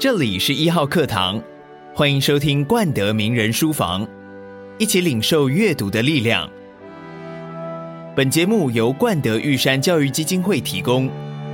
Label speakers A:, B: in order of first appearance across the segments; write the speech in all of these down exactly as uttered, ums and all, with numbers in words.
A: 这里是一号课堂，欢迎收听冠德名人书房，一起领受阅读的力量。本节目由冠德玉山教育基金会提供。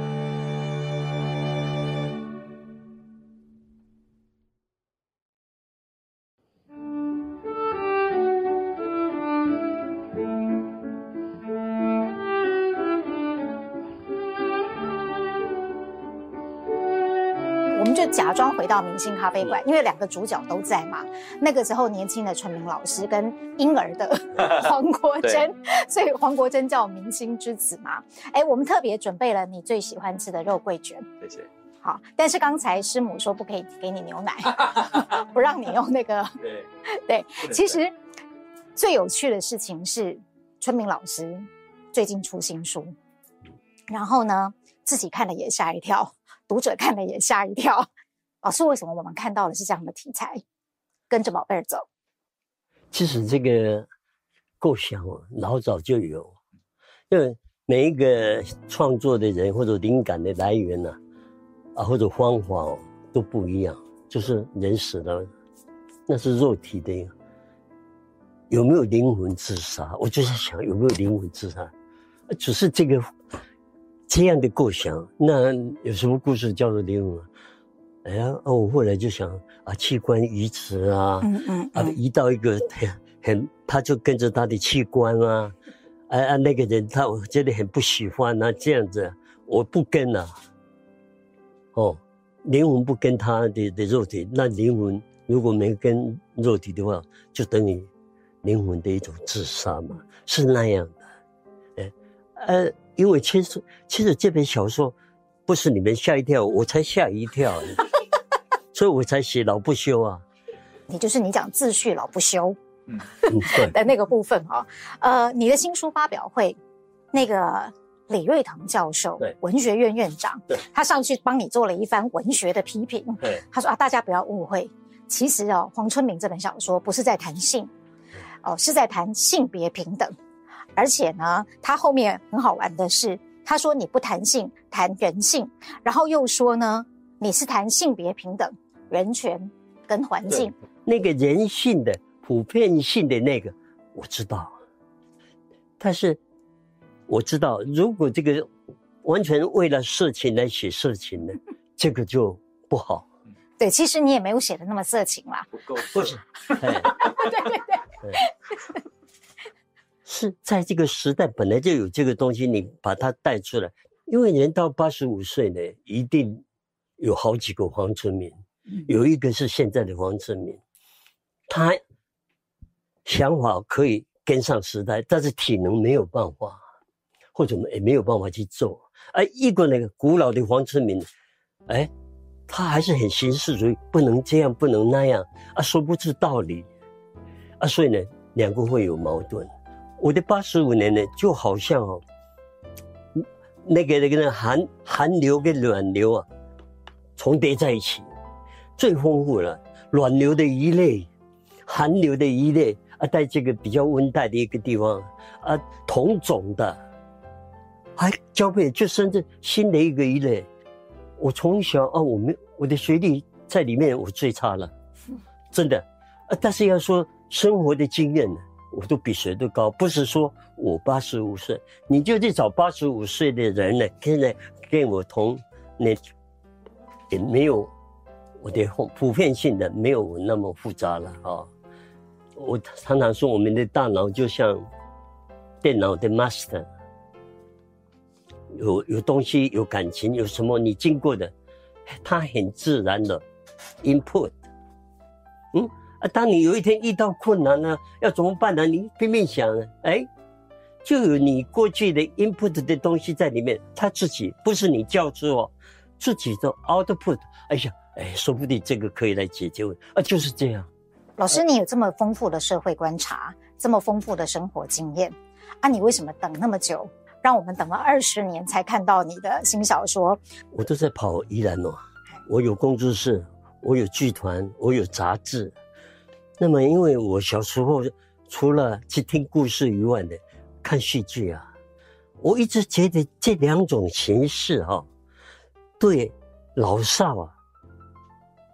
B: 我们就假装回到明星咖啡馆，因为两个主角都在嘛。那个时候年轻的春明老师跟婴儿的黄国珍，所以黄国珍叫明星之子嘛。哎，我们特别准备了你最喜欢吃的肉桂卷，
C: 谢谢。
B: 好，但是刚才师母说不可以给你牛奶，不让你用那个。
C: 对
B: 对，其实最有趣的事情是春明老师最近出新书，然后呢自己看了也吓一跳。读者看了也吓一跳，老师，为什么我们看到的是这样的题材？跟着宝贝儿走。
D: 其实这个构想老早就有，因为每一个创作的人或者灵感的来源呢、啊，啊或者方法都不一样。就是人死了，那是肉体的，有没有灵魂自杀？我就在想有没有灵魂自杀，只是这个。这样的构想，那有什么故事叫做灵魂？哎呀，哦，我后来就想啊，器官移植啊，嗯嗯，啊，移到一个很很，他就跟着他的器官啊，啊啊，那个人他我觉得很不喜欢啊，这样子，我不跟啊，哦，灵魂不跟他的的肉体，那灵魂如果没跟肉体的话，就等于灵魂的一种自杀嘛，是那样的，哎，呃。因为其实其实这本小说不是你们吓一跳，我才吓一跳，所以我才写老不休啊。
B: 你就是你讲自序老不休，
D: 嗯，对
B: 的那个部分哦。呃，你的新书发表会，那个李瑞腾教授，文学院院长，他上去帮你做了一番文学的批评。他说啊，大家不要误会，其实哦，黄春明这本小说不是在谈性，哦，是在谈性别平等。而且呢，他后面很好玩的是，他说你不谈性，谈人性，然后又说呢，你是谈性别平等、人权跟环境。
D: 那个人性的普遍性的那个我知道，但是我知道，如果这个完全为了色情来写色情呢，这个就不好。
B: 对，其实你也没有写的那么色情啦，
D: 不够，不是，对
B: 对对对。
D: 是在这个时代本来就有这个东西，你把它带出来，因为人到八十五岁呢，一定有好几个黄春明，有一个是现在的黄春明，他想法可以跟上时代，但是体能没有办法，或者也没有办法去做。而一个那个古老的黄春明，哎，他还是很形式主义，不能这样，不能那样，啊，说不出道理，啊，所以呢，两个会有矛盾。我的八十五年呢，就好像哦，那个那个寒寒流跟暖流啊，重叠在一起，最丰富了。暖流的一类，寒流的一类啊，在这个比较温带的一个地方啊，同种的，还交配就生成新的一个一类。我从小啊，我们我的学历在里面我最差了，真的啊。但是要说生活的经验呢。我都比谁都高，不是说我八十五岁，你就去找八十五岁的人呢，现在跟我同年，也没有我的普遍性的没有我那么复杂了啊、哦。我常常说，我们的大脑就像电脑的 master， 有有东西，有感情，有什么你经过的，它很自然的 input， 嗯。啊，当你有一天遇到困难呢，要怎么办呢？你拼命想呢，哎，就有你过去的 input 的东西在里面，它自己不是你教出哦，自己的 output。哎呀，哎，说不定这个可以来解决问题啊，就是这样。
B: 老师，你有这么丰富的社会观察，这么丰富的生活经验，啊，你为什么等那么久？让我们等了二十年才看到你的新小说？
D: 我都在跑宜兰哦，我有工作室，我有剧团，我有杂志。那么因为我小时候除了去听故事以外的看戏剧啊，我一直觉得这两种形式啊，对老少啊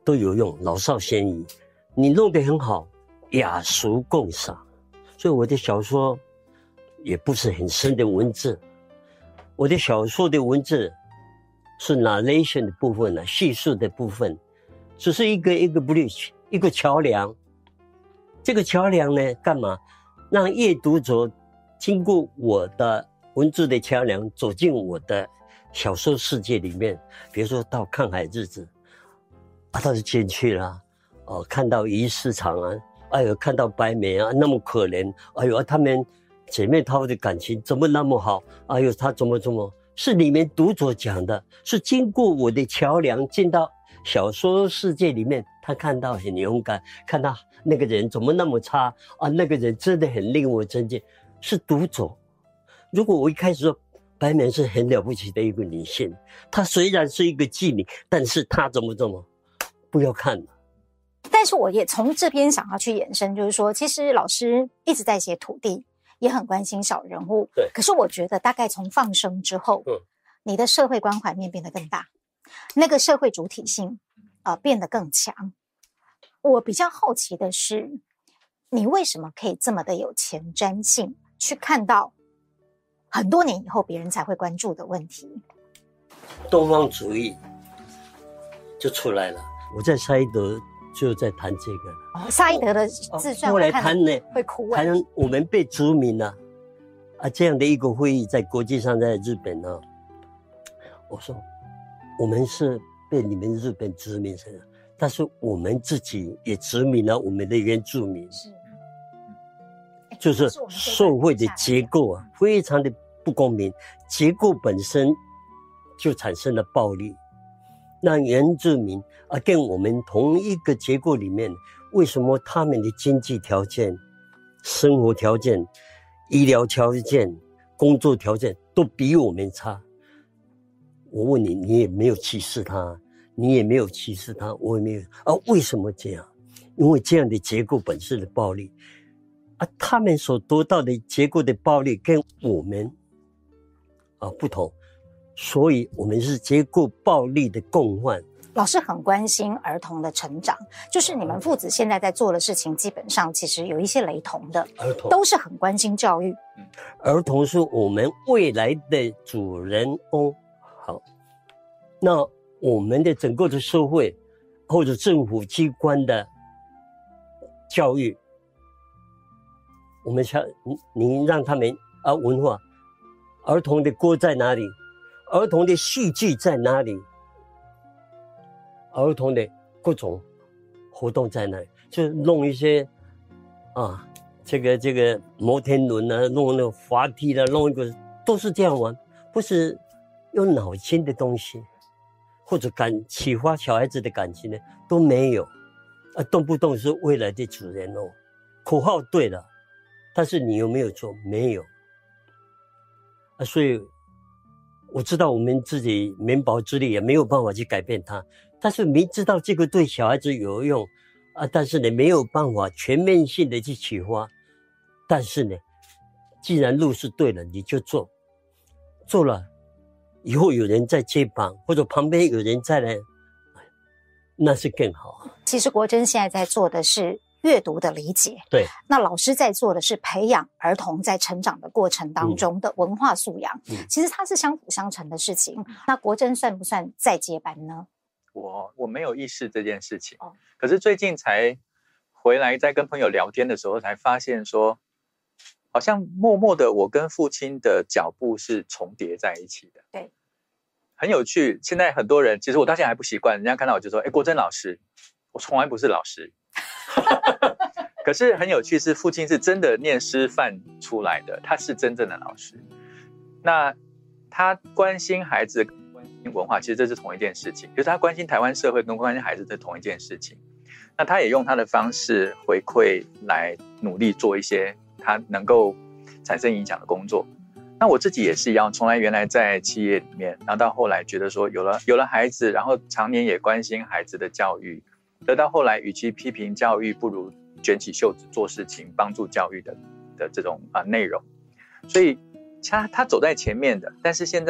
D: 都有用，老少咸宜。你弄得很好，雅俗共赏。所以我的小说也不是很深的文字，我的小说的文字是 narration 的部分呢，叙述的部分，只是一个一个 bridge， 一个桥梁。这个桥梁呢，干嘛？让阅读者经过我的文字的桥梁，走进我的小说世界里面。比如说到看海日子，啊，他就进去了，哦，看到鱼市场啊，哎呦，看到白眉啊，那么可怜，哎呦，他们姐妹淘的感情怎么那么好？哎呦，他怎么怎么？是里面读者讲的，是经过我的桥梁进到小说世界里面，他看到很勇敢，看到那个人怎么那么差啊？那个人真的很令我尊敬，是读者。如果我一开始说白眉是很了不起的一个女性，她虽然是一个妓女，但是她怎么怎么，不要看了。
B: 但是我也从这边想要去延伸，就是说，其实老师一直在写土地，也很关心小人物。
D: 对。
B: 可是我觉得，大概从放生之后，嗯，你的社会关怀面变得更大，那个社会主体性啊、呃、变得更强。我比较好奇的是，你为什么可以这么的有前瞻性，去看到很多年以后别人才会关注的问题？
D: 东方主义就出来了。我在沙伊德就在谈这个了。
B: 哦，沙伊德的自传，
D: 后来谈呢，
B: 会哭。
D: 谈我们被殖民了啊，这样的一个会议在国际上，在日本呢。我说，我们是被你们日本殖民的，但是我们自己也殖民了我们的原住民。是，就是社会的结构啊，非常的不公平，结构本身就产生了暴力。那原住民啊，跟我们同一个结构里面，为什么他们的经济条件、生活条件、医疗条件、工作条件都比我们差？我问你，你也没有歧视他，你也没有歧视他，我也没有啊？为什么这样？因为这样的结构本身的暴力啊，他们所得到的结构的暴力跟我们啊不同。所以我们是结构暴力的共患。
B: 老师很关心儿童的成长，就是你们父子现在在做的事情，基本上其实有一些雷同的，
D: 儿童
B: 都是很关心教育。
D: 儿童是我们未来的主人翁。好，那我们的整个的社会或者政府机关的教育，我们想你让他们啊文化，儿童的歌在哪里？儿童的戏剧在哪里？儿童的各种活动在哪里？就弄一些啊，这个这个摩天轮啊，弄那个滑梯啦、啊，弄一个都是这样玩，不是用脑筋的东西，或者感启发小孩子的感情呢都没有，啊，动不动是未来的主人哦，口号对了，但是你有没有做？没有，啊，所以。我知道我们自己绵薄之力也没有办法去改变它，但是明知道这个对小孩子有用啊，但是呢没有办法全面性的去启发。但是呢，既然路是对了，你就做，做了以后有人在接棒，或者旁边有人再来，那是更好。
B: 其实国珍现在在做的是阅读的理解，
D: 对，
B: 那老师在做的是培养儿童在成长的过程当中的文化素养，嗯、其实它是相辅相成的事情。嗯、那国珍算不算在接班呢？
C: 我我没有意识这件事情，哦、可是最近才回来，在跟朋友聊天的时候，才发现说，好像默默的我跟父亲的脚步是重叠在一起的。
B: 对，
C: 很有趣。现在很多人，其实我到现在还不习惯，人家看到我就说：“哎，国珍老师。”我从来不是老师。可是很有趣，是父亲是真的念师范出来的，他是真正的老师。那他关心孩子、关心文化，其实这是同一件事情，就是他关心台湾社会跟关心孩子是同一件事情。那他也用他的方式回馈来努力做一些他能够产生影响的工作。那我自己也是一样，从来原来在企业里面，然后到后来觉得说有了有了孩子，然后常年也关心孩子的教育，得到后来与其批评教育，不如卷起袖子做事情，帮助教育的的这种啊内容。所以他他走在前面的，但是现在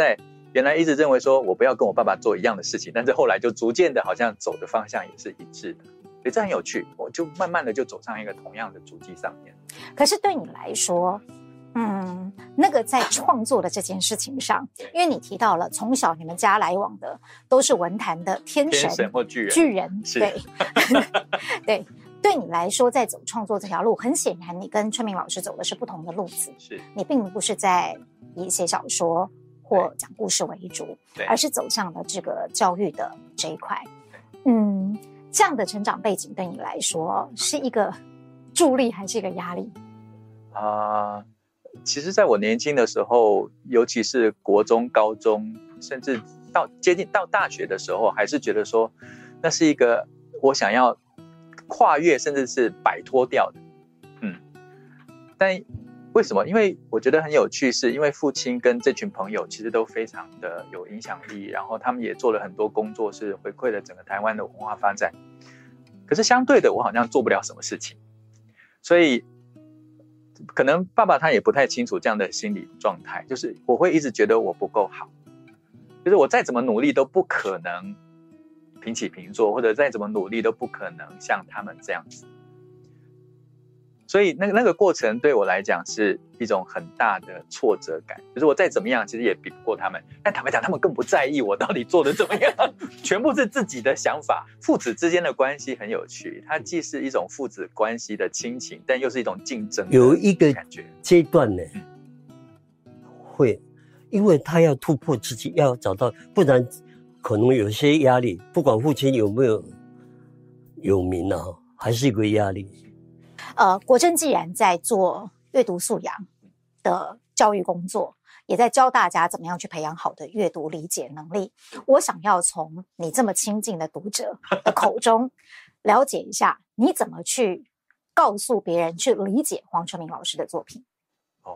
C: 原来一直认为说我不要跟我爸爸做一样的事情，但是后来就逐渐的好像走的方向也是一致的，所以这很有趣，我就慢慢的就走上一个同样的足迹上面。
B: 可是对你来说，嗯，那个在创作的这件事情上，因为你提到了从小你们家来往的都是文坛的天神、
C: 天神或巨人，
B: 巨人，对，对，对你来说，在走创作这条路，很显然你跟春明老师走的是不同的路子。
C: 是，你
B: 并不是在以写小说或讲故事为主，而是走向了这个教育的这一块。嗯，这样的成长背景对你来说是一个助力还是一个压力？
C: 啊、呃，其实在我年轻的时候，尤其是国中、高中，甚至到接近到大学的时候，还是觉得说那是一个我想要跨越甚至是摆脱掉的。嗯，但为什么？因为我觉得很有趣，是因为父亲跟这群朋友其实都非常的有影响力，然后他们也做了很多工作，是回馈了整个台湾的文化发展。可是相对的，我好像做不了什么事情，所以可能爸爸他也不太清楚这样的心理状态，就是我会一直觉得我不够好，就是我再怎么努力都不可能平起平坐，或者再怎么努力都不可能像他们这样子。所以那个那个过程对我来讲是一种很大的挫折感，就是我再怎么样其实也比不过他们，但坦白讲他们更不在意我到底做得怎么样，全部是自己的想法。父子之间的关系很有趣，它既是一种父子关系的亲情，但又是一种竞争的感觉。
D: 有一个阶段呢，会因为他要突破自己，要找到，不然可能有些压力，不管父亲有没有有名啊，还是一个压力。
B: 呃，国珍既然在做阅读素养的教育工作，也在教大家怎么样去培养好的阅读理解能力，我想要从你这么亲近的读者的口中了解一下，你怎么去告诉别人去理解黄春明老师的作品。
C: 哦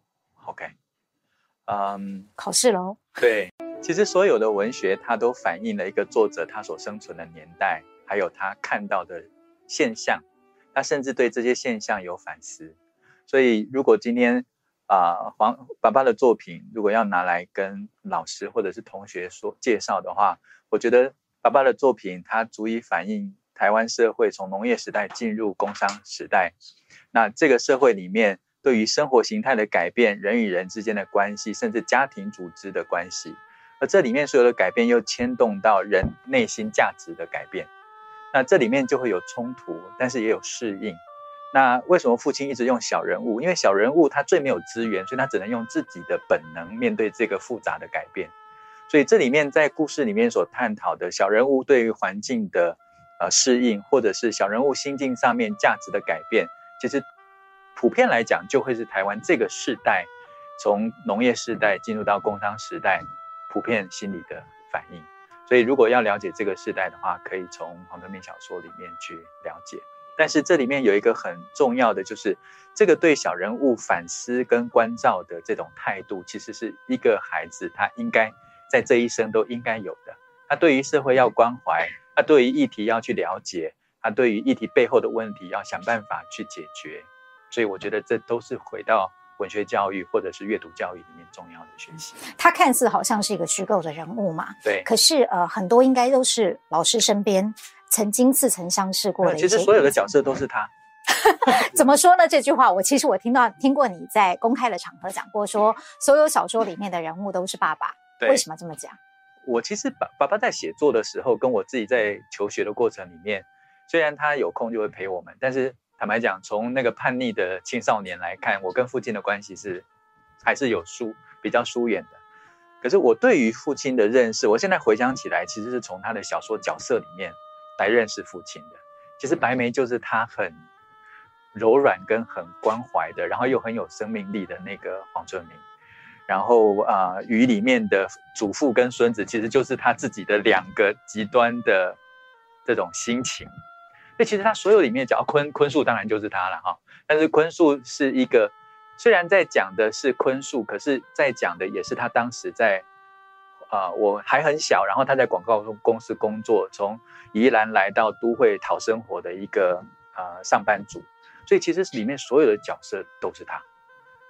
C: OK 嗯，
B: 考试咯。
C: 对，其实所有的文学它都反映了一个作者他所生存的年代，还有他看到的现象，他甚至对这些现象有反思。所以如果今天啊、呃，黄爸爸的作品如果要拿来跟老师或者是同学说介绍的话，我觉得爸爸的作品它足以反映台湾社会从农业时代进入工商时代，那这个社会里面对于生活形态的改变，人与人之间的关系，甚至家庭组织的关系，而这里面所有的改变又牵动到人内心价值的改变，那这里面就会有冲突，但是也有适应。那为什么父亲一直用小人物？因为小人物他最没有资源，所以他只能用自己的本能面对这个复杂的改变。所以这里面在故事里面所探讨的小人物对于环境的呃适应，或者是小人物心境上面价值的改变，其实普遍来讲就会是台湾这个世代从农业时代进入到工商时代普遍心理的反应。所以如果要了解这个世代的话，可以从黄春明小说里面去了解。但是这里面有一个很重要的，就是这个对小人物反思跟关照的这种态度，其实是一个孩子他应该在这一生都应该有的。他对于社会要关怀，他对于议题要去了解，他对于议题背后的问题要想办法去解决。所以我觉得这都是回到文学教育或者是阅读教育里面重要的学习。
B: 他看似好像是一个虚构的人物嘛，
C: 对，
B: 可是呃，很多应该都是老师身边曾经似曾相识过的一些。
C: 其实所有的角色都是他。
B: 怎么说呢？这句话我其实我听到听过你在公开的场合讲过，说所有小说里面的人物都是爸爸。为什么这么讲？我
C: 其实爸爸爸在写作的时候，跟我自己在求学的过程里面，虽然他有空就会陪我们，但是坦白讲，从那个叛逆的青少年来看，我跟父亲的关系是还是有疏比较疏远的。可是我对于父亲的认识，我现在回想起来，其实是从他的小说角色里面来认识父亲的。其实白眉就是他很柔软跟很关怀的，然后又很有生命力的那个黄春明。然后啊、呃，鱼里面的祖父跟孙子其实就是他自己的两个极端的这种心情。所以其实他所有里面讲坤坤树当然就是他了哈，但是坤树是一个虽然在讲的是坤树，可是在讲的也是他当时在啊、呃、我还很小，然后他在广告公司工作，从宜兰来到都会讨生活的一个呃上班族。所以其实里面所有的角色都是他。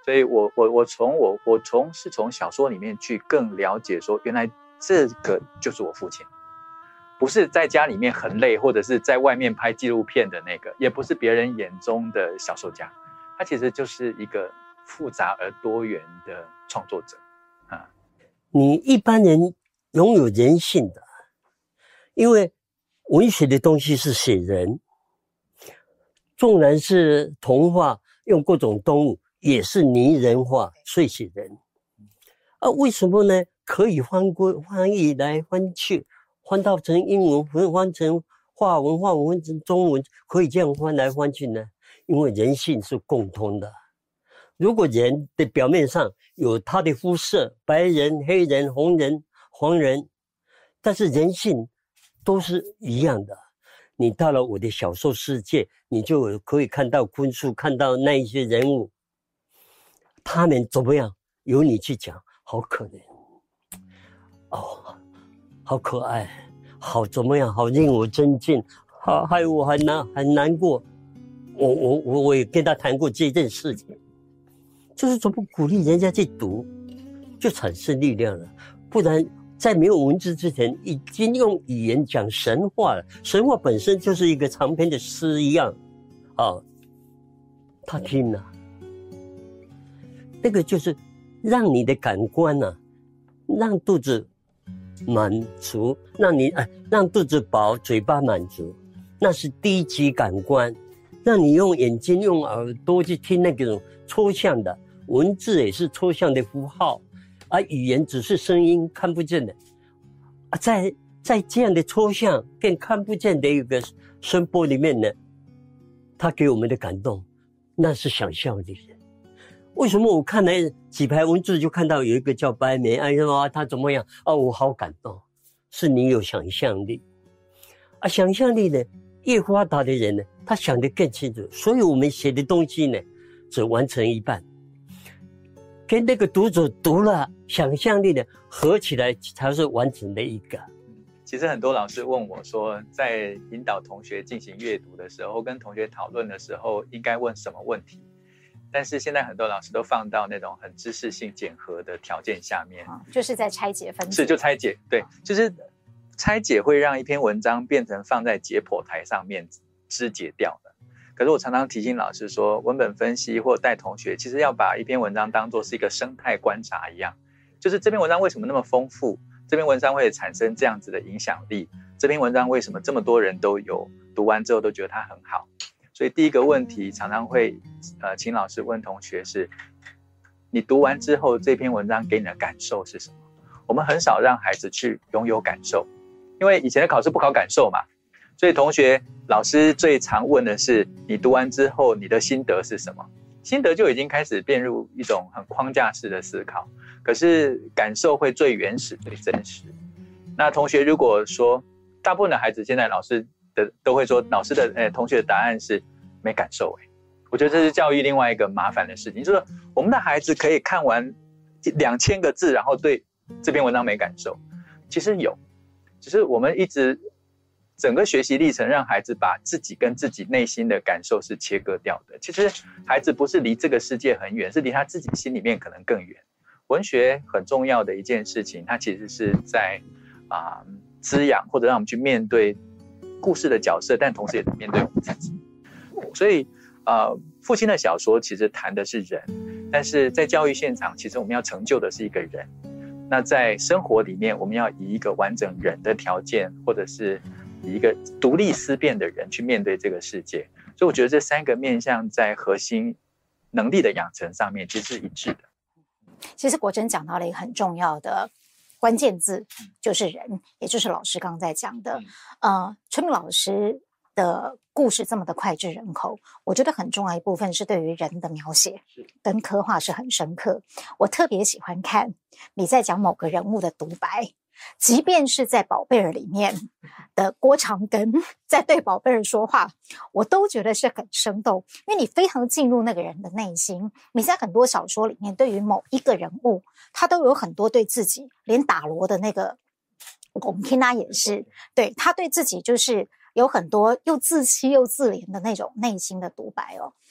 C: 所以我我我从我我从是从小说里面去更了解说，原来这个就是我父亲，不是在家里面很累，或者是在外面拍纪录片的那个，也不是别人眼中的小说家，他其实就是一个复杂而多元的创作者啊。
D: 你一般人拥有人性的，因为文学的东西是写人，纵然是童话用各种动物也是拟人化，所以写人啊。为什么呢？可以翻过翻译来翻去，翻到成英文，翻成华文，华文成中文，可以这样翻来翻去呢？因为人性是共通的。如果人的表面上有他的肤色，白人、黑人、红人、黄人，但是人性都是一样的。你到了我的小说世界，你就可以看到昆树，看到那一些人物，他们怎么样？由你去讲，好可怜，哦，好可爱，好怎么样？好令我尊敬，好害我很难很难过。我我我我也跟他谈过这件事情，就是怎么鼓励人家去读，就产生力量了。不然在没有文字之前，已经用语言讲神话了。神话本身就是一个长篇的诗一样，啊，他听了，那个就是让你的感官呢、啊，让肚子满足，让你哎，让肚子饱，嘴巴满足，那是第一级感官。让你用眼睛、用耳朵去听那种抽象的文字，也是抽象的符号，而语言只是声音，看不见的。啊，在在这样的抽象跟看不见的一个声波里面呢，它给我们的感动，那是想象力。为什么我看了几排文字就看到有一个叫白眉，哎呀，他怎么样？哦，我好感动，是你有想象力。啊，想象力呢，越发达的人呢，他想得更清楚，所以我们写的东西呢，只完成一半，跟那个读者读了，想象力呢合起来才是完整的一个。
C: 其实很多老师问我说，在引导同学进行阅读的时候，跟同学讨论的时候，应该问什么问题？但是现在很多老师都放到那种很知识性检核的条件下面，
B: 啊、就是在拆解分解，
C: 是就拆解，对，就是拆解会让一篇文章变成放在解剖台上面肢解掉的。可是我常常提醒老师说，文本分析或带同学，其实要把一篇文章当作是一个生态观察一样，就是这篇文章为什么那么丰富，这篇文章会产生这样子的影响力，这篇文章为什么这么多人都有读完之后都觉得它很好。所以第一个问题常常会呃，请老师问同学是，你读完之后这篇文章给你的感受是什么？我们很少让孩子去拥有感受，因为以前的考试不考感受嘛，所以同学老师最常问的是，你读完之后你的心得是什么？心得就已经开始变入一种很框架式的思考，可是感受会最原始最真实。那同学如果说，大部分的孩子现在老师的都会说，老师的、欸、同学的答案是没感受、欸、我觉得这是教育另外一个麻烦的事情，就是我们的孩子可以看完两千个字，然后对这篇文章没感受，其实有，只是我们一直整个学习历程让孩子把自己跟自己内心的感受是切割掉的。其实孩子不是离这个世界很远，是离他自己心里面可能更远。文学很重要的一件事情，它其实是在啊、呃、滋养或者让我们去面对故事的角色，但同时也面对我们自己。所以呃，父亲的小说其实谈的是人，但是在教育现场，其实我们要成就的是一个人。那在生活里面，我们要以一个完整人的条件，或者是以一个独立思辨的人去面对这个世界。所以我觉得这三个面向在核心能力的养成上面其实是一致的。
B: 其实国珍讲到了一个很重要的关键字，就是人，也就是老师刚刚在讲的。呃，春明老师的故事这么的脍炙人口，我觉得很重要一部分是对于人的描写跟刻画是很深刻。我特别喜欢看你在讲某个人物的独白，即便是在宝贝儿里面的郭长庚在对宝贝儿说话，我都觉得是很生动，因为你非常进入那个人的内心。你在很多小说里面对于某一个人物，他都有很多对自己，连打罗的那个我们听他也是，对，他对自己就是有很多又自欺又自怜的那种内心的独白哦。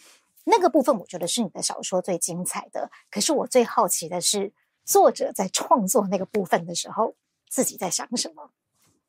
B: 那个部分我觉得是你的小说最精彩的。可是我最好奇的是，作者在创作那个部分的时候，自己在想什么？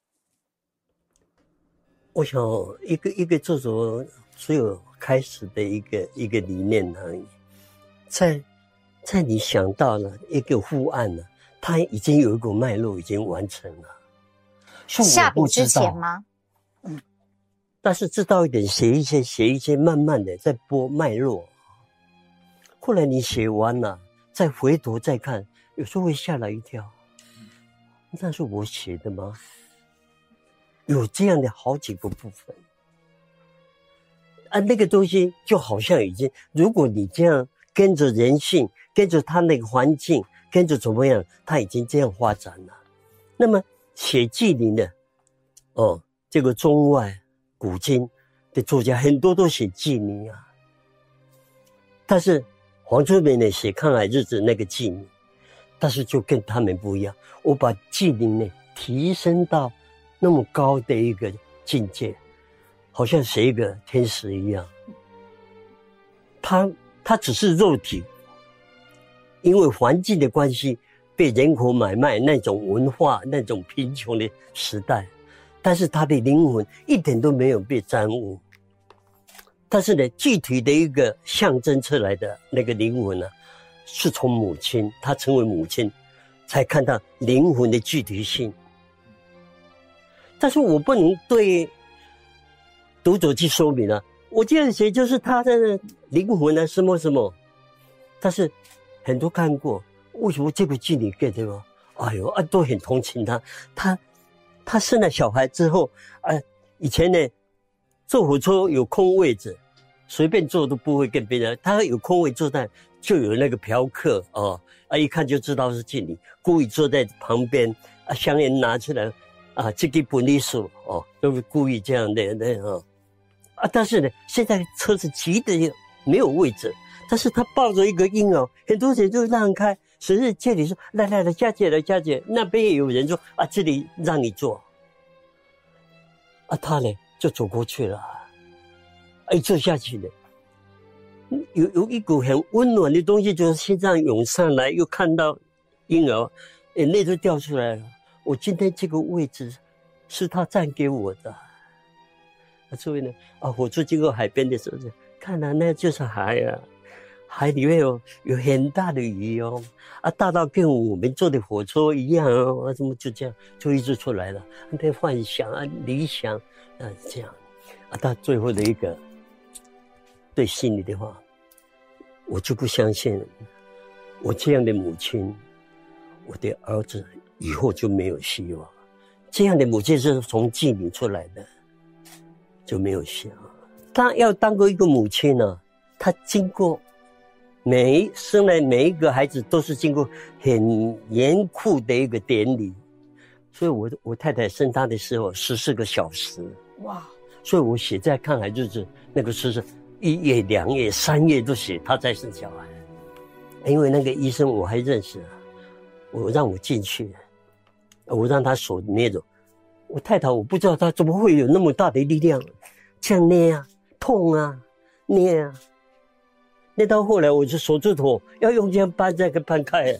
D: 我想，一个一个作者只有开始的一个一个理念而已，在在你想到了一个副案了，它已经有一个脉络已经完成了。
B: 下笔之前吗？
D: 嗯，但是知道一点，写一些写一些，慢慢的在拨脉络。后来你写完了，再回头再看，有时候会吓了一跳。那是我写的吗？有这样的好几个部分啊，那个东西就好像已经，如果你这样跟着人性，跟着他那个环境，跟着怎么样，他已经这样发展了。那么写纪灵的，哦，这个中外古今的作家很多都写纪灵啊，但是黄春明呢写抗海日子那个纪灵，但是就跟他们不一样，我把纪灵呢提升到那么高的一个境界，好像写一个天使一样。他他只是肉体，因为环境的关系被人口买卖，那种文化那种贫穷的时代，但是他的灵魂一点都没有被沾污。但是呢，具体的一个象征出来的那个灵魂呢，是从母亲，他成为母亲，才看到灵魂的具体性。但是我不能对读者去说明啊，我这样写就是他的灵魂啊，什么什么。但是很多看过，为什么这个剧你 get 吗？哎呦啊，都很同情他。他他生了小孩之后，啊，以前呢坐火车有空位置，随便坐都不会跟别人。他有空位坐在，就有那个嫖客哦，啊，一看就知道是经理，故意坐在旁边，啊，香烟拿出来。啊，这个本历书哦，都是故意这样的那哦，啊，但是呢，现在车子挤的没有位置，但是他抱着一个婴儿，很多人就让开，谁是这里说来来来，佳姐来佳姐，那边也有人说啊，这里让你坐，啊，他呢就走过去了，哎，坐下去了，有有一股很温暖的东西就心脏涌上来，又看到婴儿，眼泪都掉出来了。我今天这个位置是他占给我的，所以呢，啊，火车经过海边的时候，看到那就是海啊，海里面有有很大的鱼哦，啊，大到跟我们坐的火车一样哦，啊，怎么就这样就一直出来了？那幻想啊，理想啊，这样，啊，到最后的一个对心里的话，我就不相信我这样的母亲，我的儿子。以后就没有希望，这样的母亲是从妓女出来的，就没有希望。当要当过一个母亲呢、啊，她经过每生来每一个孩子都是经过很严酷的一个典礼，所以我我太太生她的时候十四个小时，哇！所以我写在抗海日子那个诗是一页、两页、三页都写她在生小孩，因为那个医生我还认识，我让我进去。我让他手捏着，我太太我不知道他怎么会有那么大的力量，这样捏啊，痛啊，捏啊，捏到后来我就手指头要用这样扳再给扳开，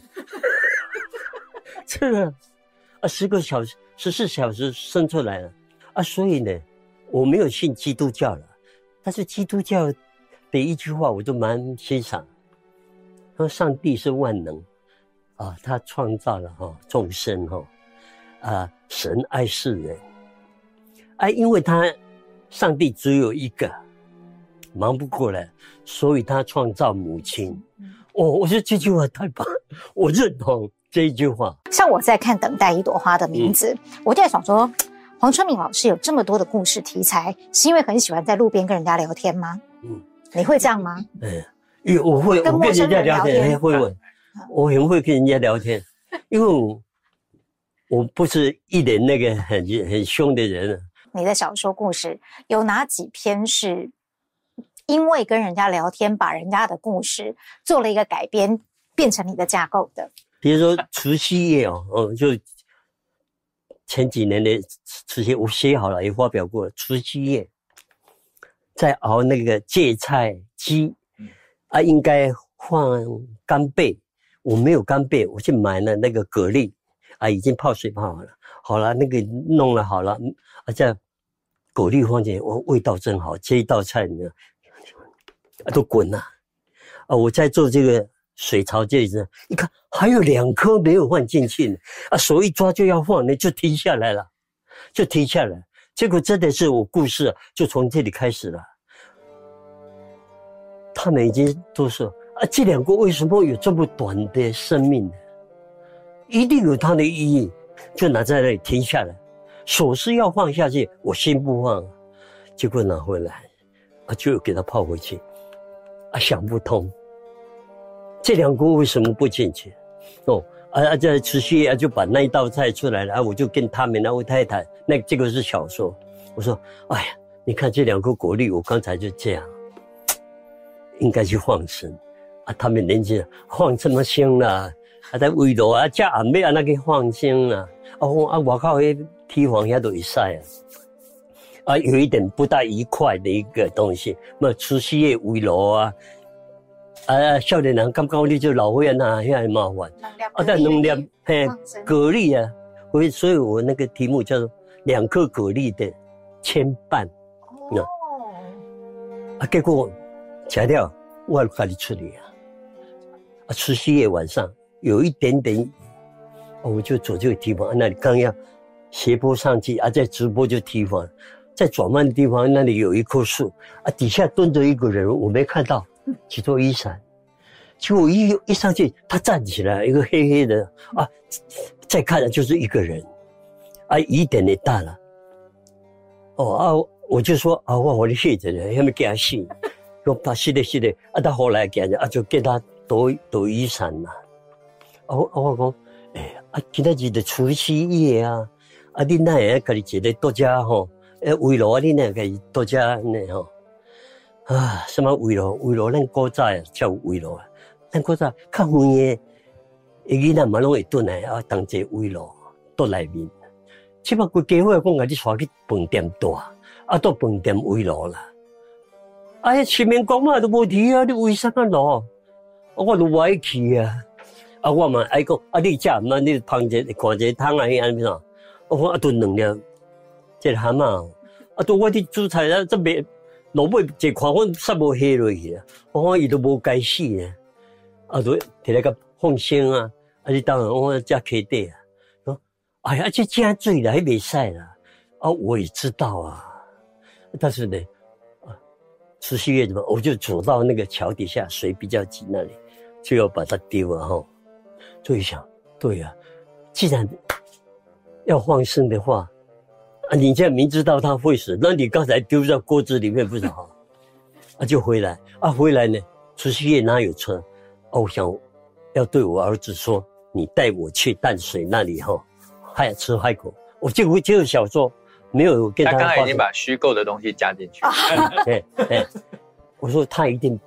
D: 这个啊十个小时十四小时生出来了啊，所以呢，我没有信基督教了，但是基督教的一句话我都蛮欣赏，他说上帝是万能啊，他创造了哈、哦、众生哈。哦啊，神爱世人，啊，因为他上帝只有一个，忙不过来，所以他创造母亲。哦，我觉得这句话太棒，我认同这一句话。
B: 像我在看《等待一朵花的名字》嗯，我就在想说，黄春明老师有这么多的故事题材，是因为很喜欢在路边跟人家聊天吗？嗯，你会这样吗？
D: 嗯，因为我会，我跟人家聊天会问，我很会跟人家聊天，因为我。我不是一脸那个很很凶的人啊。
B: 你的小说故事有哪几篇是因为跟人家聊天，把人家的故事做了一个改编，变成你的架构的？
D: 比如说除夕夜哦，哦，就前几年的除夕，我写好了也发表过了。除夕夜在熬那个芥菜鸡， 啊，应该放干贝，我没有干贝，我去买了那个蛤蜊，啊，已经泡水泡好了，好了，那个弄了好了，啊，这蛤蜊放进去，哇，味道真好，这一道菜呢，啊，都滚了，啊，我在做这个水槽这里，一看还有两颗没有放进去呢，啊，手一抓就要放呢，就停下来了，就停下来，结果真的是我故事、啊、就从这里开始了。他们已经都说啊，这两个为什么有这么短的生命呢？一定有它的意义，就拿在那里停下来，手是要放下去，我心不放，结果拿回来，啊，就给它泡回去，啊，想不通，这两个为什么不进去？哦，啊，这持续啊，就把那一道菜出来了，啊，我就跟他们那位太太，那这个是小说，我说，哎呀，你看这两个果粒，我刚才就这样。应该去放生啊！他们年轻人放这么生啦，啊在围炉啊，这暗暝啊那个放生啦，啊啊外口迄堤防遐都会使啊，啊有一点不大愉快的一个东西，那除夕夜围炉啊，啊少年人感觉你就老岁仔啊，遐很麻烦，啊但能量嘿蛤蜊啊，所以所以我那个题目叫做两颗蛤蜊的牵绊，哦，啊结果。材料我自己处理啊，啊，除夕夜晚上有一点点雨，哦，我就走这个地方，那里刚要斜坡上去啊，在直播就地方，在转弯的地方那里有一棵树啊，底下蹲着一个人，我没看到，只做雨伞，结果一一上去，他站起来，一个黑黑的啊，再看就是一个人，啊，雨点也大了，哦啊，我就说啊，我我的血着呢，还没给他信。他是的，是的，啊，他后来给人啊，就给他躲躲雨伞啦。啊，我我讲，哎，啊，今仔日的除夕夜啊，啊，你哪会家己一个独家吼？诶，围炉啊，你哪会家己独家呢吼？啊，什么围炉？围炉咱古早叫围炉啊，咱古早较远的，囡仔嘛拢会转来啊，当一个围炉倒内面。即摆规家伙讲甲你带去饭店住，啊，到饭店围炉啦。哎呀，前面讲嘛都无提啊，你为啥个落？我都不爱去啊！啊，我嘛爱讲，啊，你食毋嘛？你芳者看者汤啊，迄安怎？我讲啊，炖两粒，这蛤蟆，啊，都我伫煮菜啊，这边萝卜一看，我煞无下落去啊！我讲伊都无该死啊！啊，都摕来个放生啊！啊，你当然我食溪底啊！说，哎呀，这加水啦，还袂使啦！啊，我也知道啊，但是呢。除夕夜怎么？我就走到那个桥底下，水比较急那里，就要把它丢了哈。就一想，对啊，既然要放生的话，啊，你现在明知道它会死，那你刚才丢在锅子里面不是好？啊，就回来啊，回来呢，除夕夜哪有车？啊，我想要对我儿子说，你带我去淡水那里哈，海吃海口。我这个这个小说。没有跟他，
C: 他刚才已经把虚构的东西加进去。
D: 对对，我说他一定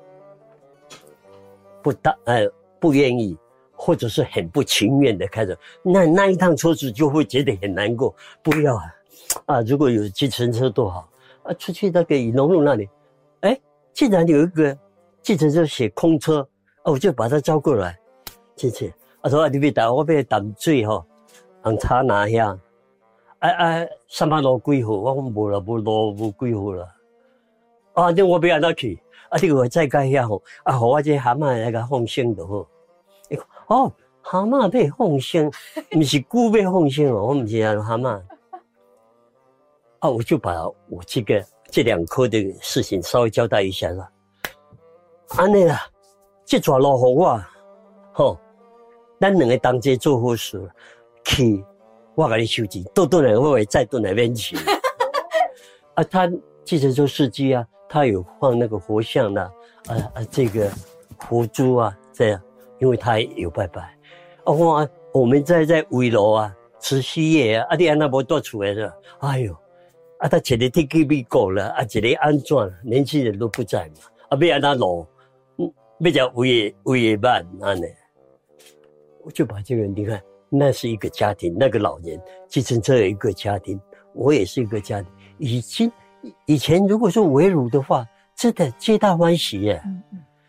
D: 不大呃不愿意，或者是很不情愿的开着，那那一趟车子就会觉得很难过。不要啊啊！如果有计程车多好啊！出去那个雨农路那里，哎，竟然有一个计程车写空车，啊，我就把他招过来进去。啊，说啊，你别打，我别淡水吼，红茶拿下。啊啊，三百路几号？我讲无啦，无路无几号啦。啊，这我要安怎去？啊，这个再改遐吼，啊，互我这蛤蟆来个放生就好。伊讲哦，蛤蟆要放生，不是龟要放生哦，我不是啊蛤蟆。啊，我就把我这个这两科的事情稍微交代一下啦。安尼啦，这段路互我，吼，咱两个同齐做好事去。我给你收钱，倒转来我会再转来免钱。啊，他计程车司机啊，他有放那个佛像的，啊啊，这个佛珠啊，这样，因为他有拜拜。啊，我我们在在围炉啊，除夕夜啊，啊，你安那无带出来的？哎呦，啊，他一个天去美国了，啊，一个安怎了？年轻人都不在嘛，啊，要安那路，嗯，要叫围围办安尼，我就把这个你看。那是一个家庭，那个老人计程车有一个家庭，我也是一个家庭。以前以前如果说围炉的话，真的皆大欢喜耶。嗯嗯，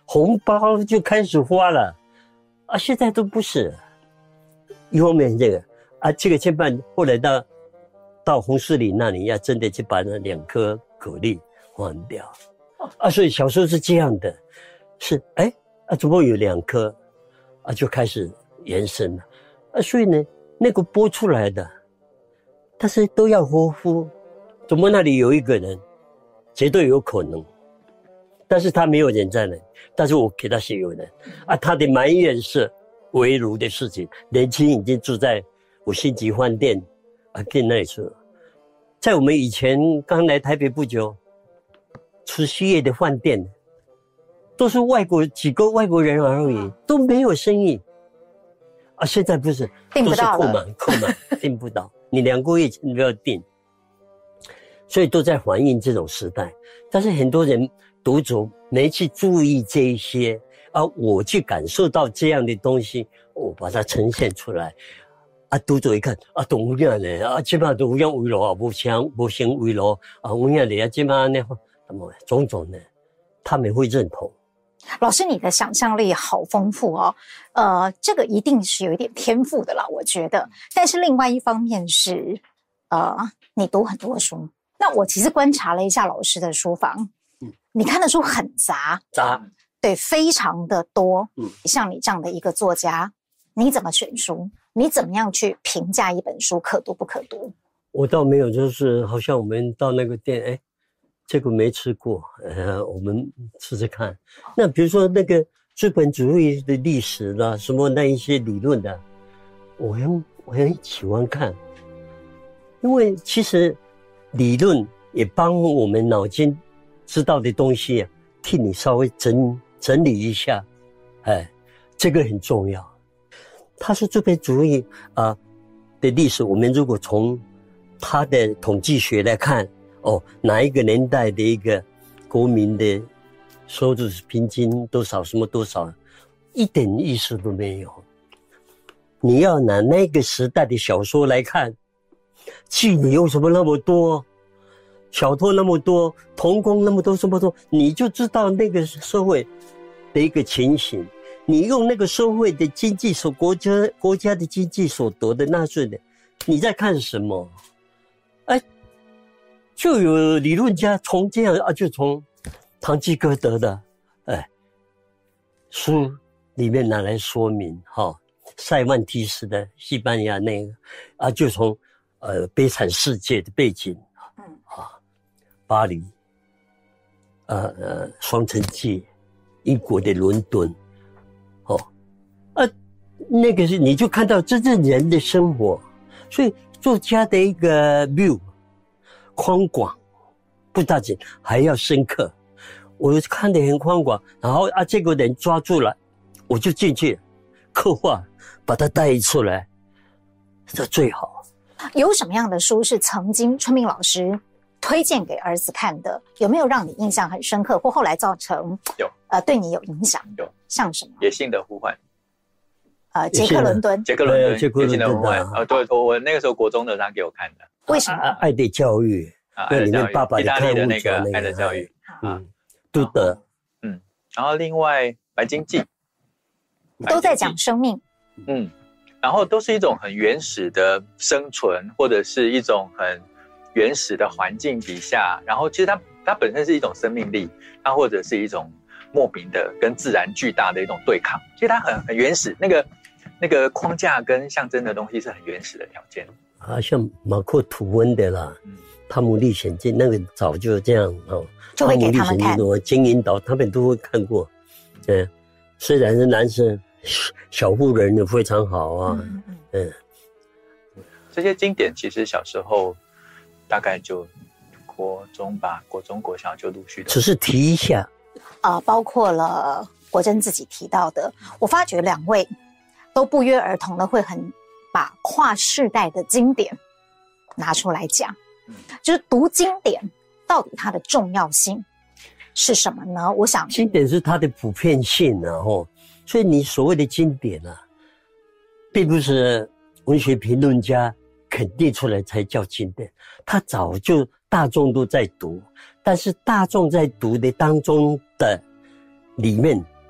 D: 红包就开始花了，啊，现在都不是。后面这个啊，这个牵绊，后来到到洪世里那里，要真的去把那两颗蛤蜊换掉，啊，所以小时候是这样的，是哎啊，总共有两颗，啊，就开始延伸了，啊，所以呢，那个剥出来的，但是都要活孵，怎么那里有一个人，绝对有可能。但是他没有人在那里，但是我给他写有人啊，他的埋怨是围炉的事情。年轻已经住在五星级饭店啊，跟那里住。在我们以前刚来台北不久，除夕夜的饭店都是外国几个外国人而已，都没有生意啊。现在不是，
B: 订不到了，
D: 都是扣满扣满，订不到，你两个月前都要订，所以都在反映这种时代。但是很多人读者没去注意这一些，而我去感受到这样的东西，我把它呈现出来。啊，读者一看啊，都有影呢，啊，即摆都有影围炉啊，无成无成围炉啊，有影的啊，即摆呢，那么种种的，他们会认同。
B: 老师，你的想象力好丰富哦，呃，这个一定是有一点天赋的啦，我觉得。但是另外一方面是，呃，你读很多书。那我其实观察了一下老师的书房，嗯，你看的书很杂，
D: 杂，
B: 对，非常的多。
D: 嗯，
B: 像你这样的一个作家，你怎么选书？你怎么样去评价一本书可读不可读？
D: 我倒没有，就是好像我们到那个店，哎，这个没吃过，呃，我们吃吃看。那比如说那个资本主义的历史啦，什么那一些理论的，我很我很喜欢看，因为其实理论也帮我们脑筋知道的东西啊，替你稍微整整理一下，哎，这个很重要。他说资本主义啊、呃、的历史，我们如果从他的统计学来看，哦，哪一个年代的一个国民的收入平均多少，什么多少，一点意思都没有。你要拿那个时代的小说来看，妓女为什么那么多，小偷那么多，童工那么多，这么多，你就知道那个社会的一个情形。你用那个社会的经济所国家国家的经济所得的纳税的，你在看什么？哎，就有理论家从这样啊，就从堂吉诃德的哎书里面拿来说明哈、哦，塞万提斯的西班牙那个啊，就从呃悲惨世界的背景，嗯啊，巴黎，呃呃双城记，英国的伦敦。哦，啊，那个是你就看到真正人的生活，所以作家的一个 view 宽广不大仅还要深刻。我看得很宽广，然后啊，这个人抓住了，我就进去刻画，把它带出来，这最好。
B: 有什么样的书是曾经春明老师推荐给儿子看的？有没有让你印象很深刻，或后来造成
C: 有
B: 呃对你有影响？
C: 有，
B: 像什么？
C: 野性的呼唤。
B: 呃，杰克伦敦，
C: 杰克伦敦，
D: 杰克伦敦的呼唤。
C: 啊，对，我我那个时候国中的他给我看的。
B: 为什么？
D: 啊、爱的教育，
C: 啊，
D: 那里面爸爸的
C: 看的
D: 那
C: 个爱的教育，
D: 嗯，杜德，
C: 嗯，然后另外《白鲸记》
B: 都在讲生命，
C: 嗯，然后都是一种很原始的生存，或者是一种很原始的环境底下，然后其实它它本身是一种生命力，它或者是一种莫名的跟自然巨大的一种对抗，其实它很很原始，那个那个框架跟象征的东西是很原始的条件。
D: 啊，像马克吐温的啦，嗯，汤姆历险记那个早就这样哦，
B: 就会给他们看。
D: 金银岛他们都会看过，嗯，虽然是男生，小妇人也非常好啊，嗯嗯嗯，
C: 这些经典其实小时候大概就国中吧，国中国小就陆续的，
D: 只是提一下，
B: 啊、呃，包括了国珍自己提到的，我发觉两位都不约而同的会很把跨世代的经典拿出来讲，就是读经典到底它的重要性是什么呢？我想
D: 经典是它的普遍性啊，吼，所以你所谓的经典啊，并不是文学评论家肯定出来才叫经典，它早就大众都在读，但是大众在读的当中的里面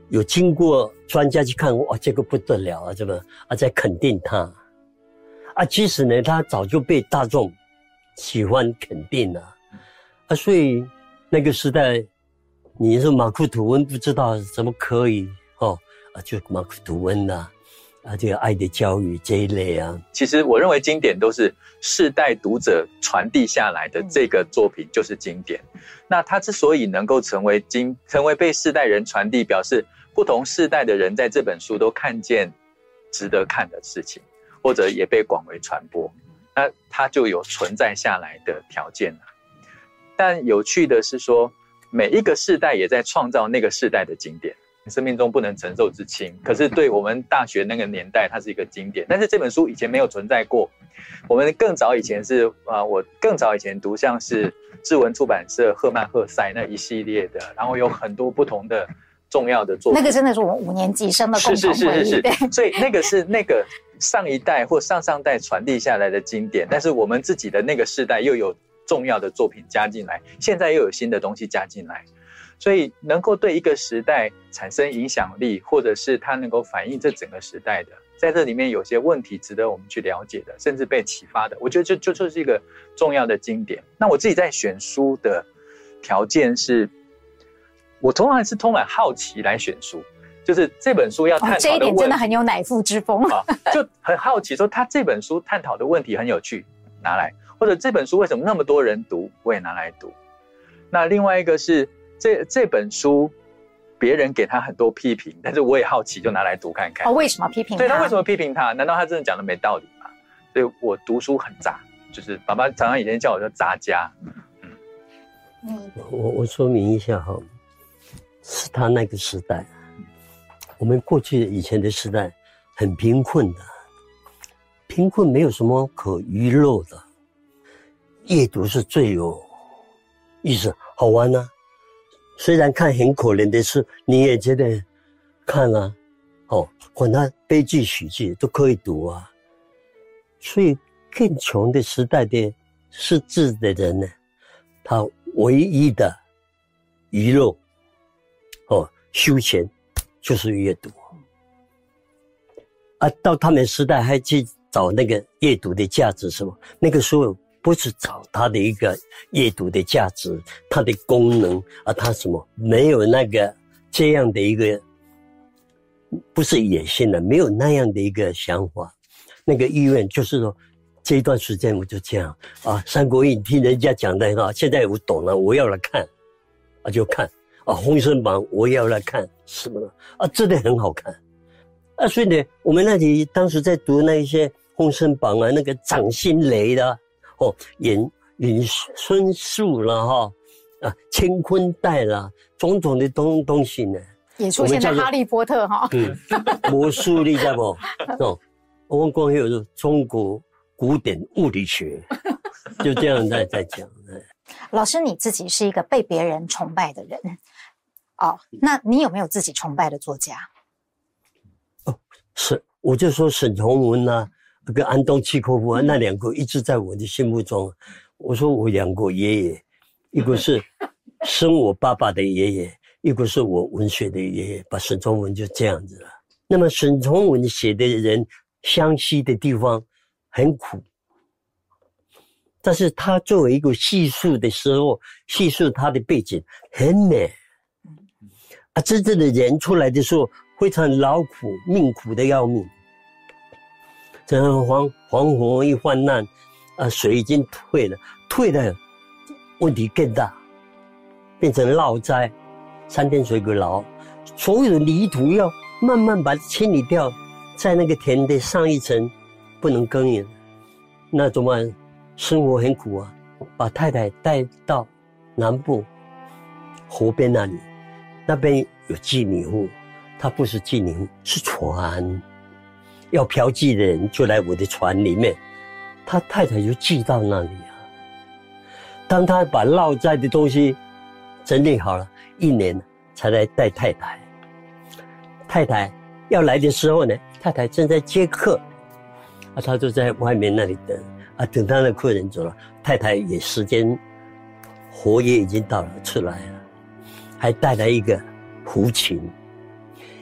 D: 有经过专家去看，哇，这个不得了啊，这个啊，在肯定他啊，其实呢，他早就被大众喜欢肯定了啊，所以那个时代，你说马库吐温不知道怎么可以哦啊，就马库吐温呐、啊。啊，这个爱的教育这一类啊，
C: 其实我认为经典都是世代读者传递下来的，这个作品就是经典。那它之所以能够成为经，成为被世代人传递，表示不同世代的人在这本书都看见值得看的事情，或者也被广为传播，那它就有存在下来的条件了。但有趣的是说，每一个世代也在创造那个世代的经典。生命中不能承受之轻，可是对我们大学那个年代，它是一个经典。但是这本书以前没有存在过，我们更早以前是啊、呃，我更早以前读像是志文出版社赫曼赫塞那一系列的，然后有很多不同的重要的作品。
B: 那个真的是我们五年级生的共同回忆。是是是是是，
C: 所以那个是那个上一代或上上代传递下来的经典，但是我们自己的那个世代又有重要的作品加进来，现在又有新的东西加进来。所以能够对一个时代产生影响力，或者是它能够反映这整个时代的，在这里面有些问题值得我们去了解的，甚至被启发的，我觉得就就就是一个重要的经典。那我自己在选书的条件是，我通常是充满好奇来选书，就是这本书要探讨的问题、哦、这一点
B: 真的很有乃父之风、
C: 啊、就很好奇说他这本书探讨的问题很有趣，拿来，或者这本书为什么那么多人读，我也拿来读。那另外一个是这这本书，别人给他很多批评，但是我也好奇，就拿来读看看。
B: 哦，为什么批评他？
C: 对，他为什么批评他？难道他真的讲的没道理吗？所以我读书很杂，就是爸爸常常以前叫我叫杂家。
D: 嗯，我我说明一下哈，是他那个时代，我们过去以前的时代很贫困的，贫困没有什么可娱乐的，阅读是最有意思。好玩啊！虽然看很可怜的事，你也觉得看啊，哦，管他悲剧喜剧都可以读啊。所以更穷的时代的识字的人呢，他唯一的娱乐哦休闲就是阅读啊。到他们时代还去找那个阅读的价值什么？那个时候。不是找它的一个阅读的价值，它的功能啊，它什么没有那个这样的一个，不是野心的，没有那样的一个想法，那个意愿就是说，这一段时间我就这样啊，《三国演义》听人家讲的哈，现在我懂了，我要来看，啊就看啊，《封神榜》我也要来看，什么的啊，真的很好看啊，所以呢，我们那里当时在读那一些《封神榜》啊，那个掌心雷的。哦，引引孙树啦，哈啊，乾坤袋啦，种种的东东西呢，
B: 也出现在《哈利波特》哈。
D: 嗯，魔术你知道不？哦，我们光有中国古典物理学，就这样在在讲。
B: 老师，你自己是一个被别人崇拜的人，哦，那你有没有自己崇拜的作家？
D: 哦，是，我就说沈从文啊。跟安东契诃夫啊，那两个一直在我的心目中。我说我两个爷爷，一个是生我爸爸的爷爷，一个是我文学的爷爷。把沈从文就这样子了。那么沈从文写的人，湘西的地方很苦，但是他作为一个叙述的时候，叙述他的背景很美。啊，真正的人出来的时候，非常劳苦，命苦的要命。这黄黄河一泛滥，啊，水已经退了，退了，问题更大，变成涝灾，三点水给涝，所有的泥土要慢慢把它清理掉，在那个田的上一层不能耕耘，那怎么办？生活很苦啊，把太太带到南部河边那里，那边有妓女户，它不是妓女户，是船。要嫖妓的人就来我的船里面，他太太就寄到那里啊。当他把落在的东西整理好了，一年才来带太太。太太要来的时候呢，太太正在接客，啊，他就在外面那里等啊，等他的客人走了，太太也时间活也已经到了，出来了，还带来一个胡琴，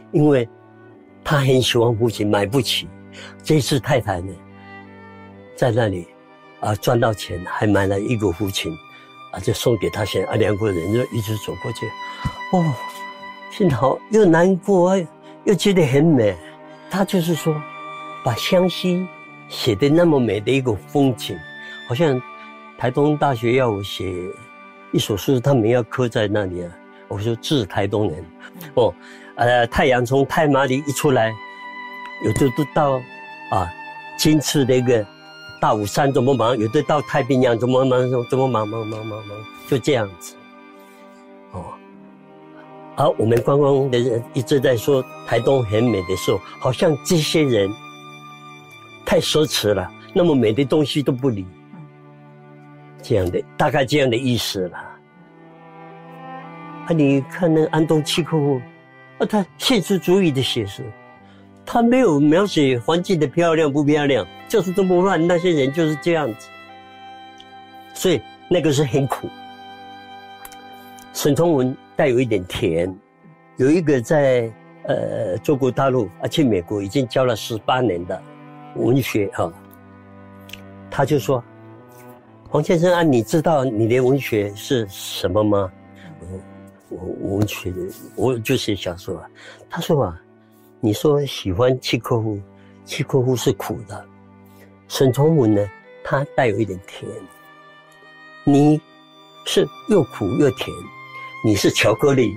D: 因为他很喜欢父亲，买不起。这次太太呢，在那里啊赚到钱，还买了一个父亲，啊就送给他先，啊两个人就一直走过去，哦，幸好又难过，又觉得很美。他就是说，把湘西写的那么美的一个风景，好像台东大学要我写一首诗，他们要刻在那里啊。我说致台东人，哦，呃，太阳从太麻里一出来。有的都到啊，金翅那个大武山怎么忙？有的到太平洋怎么忙？怎么忙忙忙忙忙？就这样子，哦。而我们观光的人一直在说台东很美的时候，好像这些人太奢侈了，那么美的东西都不理，这样的大概这样的意思了。啊，你看那安东契诃夫，啊，他现实主义的写实。他没有描写环境的漂亮不漂亮，就是这么乱，那些人就是这样子，所以那个是很苦。沈从文带有一点甜，有一个在呃中国大陆而且美国已经教了十八年的文学哈、啊，他就说：“黄先生啊，你知道你的文学是什么吗？”我我文学我就写小说啊，他说啊。你说喜欢契诃夫，契诃夫是苦的，沈从文呢，他带有一点甜。你是又苦又甜，你是巧克力。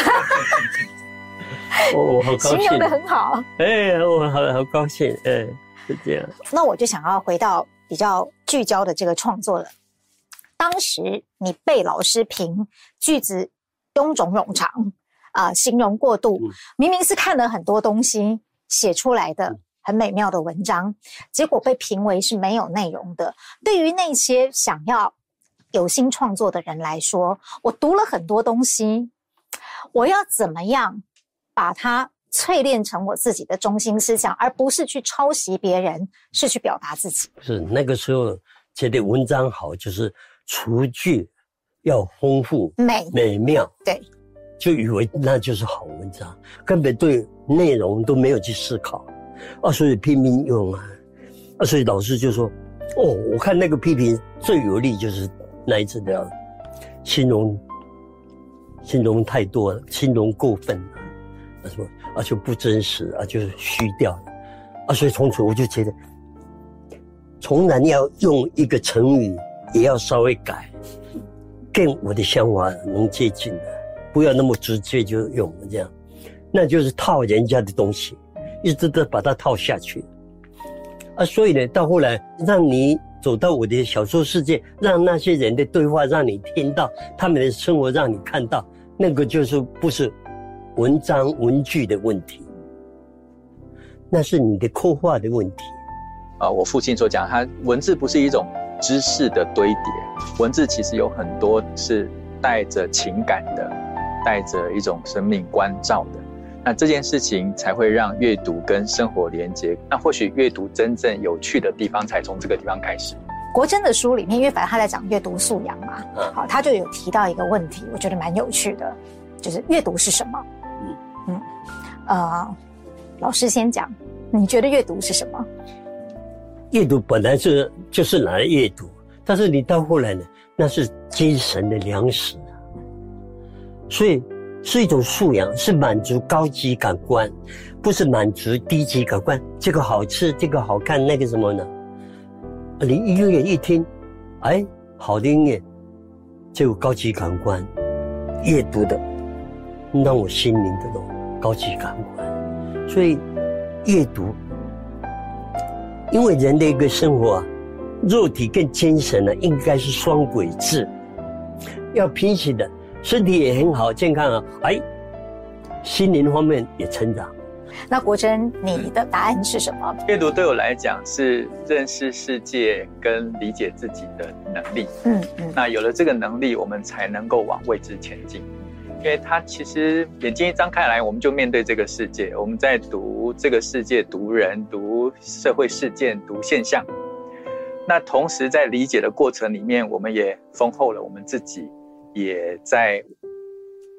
D: 我我好高兴，
B: 形容得很好。
D: 哎，我好好高兴，哎，是这样。
B: 那我就想要回到比较聚焦的这个创作了。当时你被老师评句子臃肿冗长。啊、呃，形容过度，明明是看了很多东西写出来的很美妙的文章，结果被评为是没有内容的。对于那些想要有心创作的人来说，我读了很多东西，我要怎么样把它淬炼成我自己的中心思想，而不是去抄袭别人，是去表达自己。
D: 是那个时候觉得文章好，就是词句要丰富、
B: 美
D: 美妙，
B: 对。
D: 就以为那就是好文章，根本对内容都没有去思考，啊，所以拼命用啊，啊，所以老师就说，哦，我看那个批评最有力就是那一次的形容，形容太多了，形容过分了，啊什么啊就不真实啊就虚掉了，啊，所以从此我就觉得，从来要用一个成语也要稍微改，跟我的想法能接近的。不要那么直接就用这样，那就是套人家的东西，一直都把它套下去。啊，所以呢，到后来让你走到我的小说世界，让那些人的对话让你听到，他们的生活让你看到，那个就是不是文章文句的问题，那是你的刻画的问题。
C: 啊，我父亲所讲，他文字不是一种知识的堆叠，文字其实有很多是带着情感的。带着一种生命关照的，那这件事情才会让阅读跟生活连接。那或许阅读真正有趣的地方，才从这个地方开始。
B: 国珍的书里面，因为反正他在讲阅读素养嘛，好，他就有提到一个问题，我觉得蛮有趣的，就是阅读是什么？嗯嗯，呃，老师先讲，你觉得阅读是什么？
D: 阅读本来是就是拿来阅读，但是你到后来呢，那是精神的粮食。所以是一种素养，是满足高级感官，不是满足低级感官。这个好吃，这个好看，那个什么呢？你音乐一听，哎，好的音乐，这个高级感官，阅读的让我心灵的那种高级感官。所以阅读，因为人的一个生活啊，肉体跟精神呢，应该是双轨制，要平行的。身体也很好，健康啊，哎，心灵方面也成长。
B: 那国珍，你的答案是什么？
C: 阅读对我来讲是认识世界跟理解自己的能力。嗯嗯。那有了这个能力，我们才能够往未知前进。因为它其实眼睛一张开来，我们就面对这个世界。我们在读这个世界，读人，读社会事件，读现象。那同时在理解的过程里面，我们也丰厚了我们自己。也在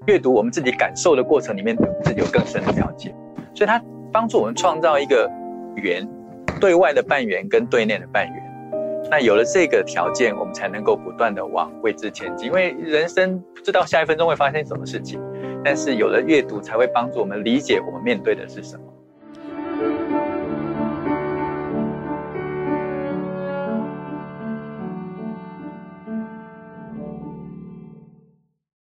C: 阅读我们自己感受的过程里面，自己有更深的了解。所以它帮助我们创造一个圆，对外的半圆跟对内的半圆。那有了这个条件，我们才能够不断的往未知前进。因为人生不知道下一分钟会发生什么事情，但是有了阅读才会帮助我们理解我们面对的是什么。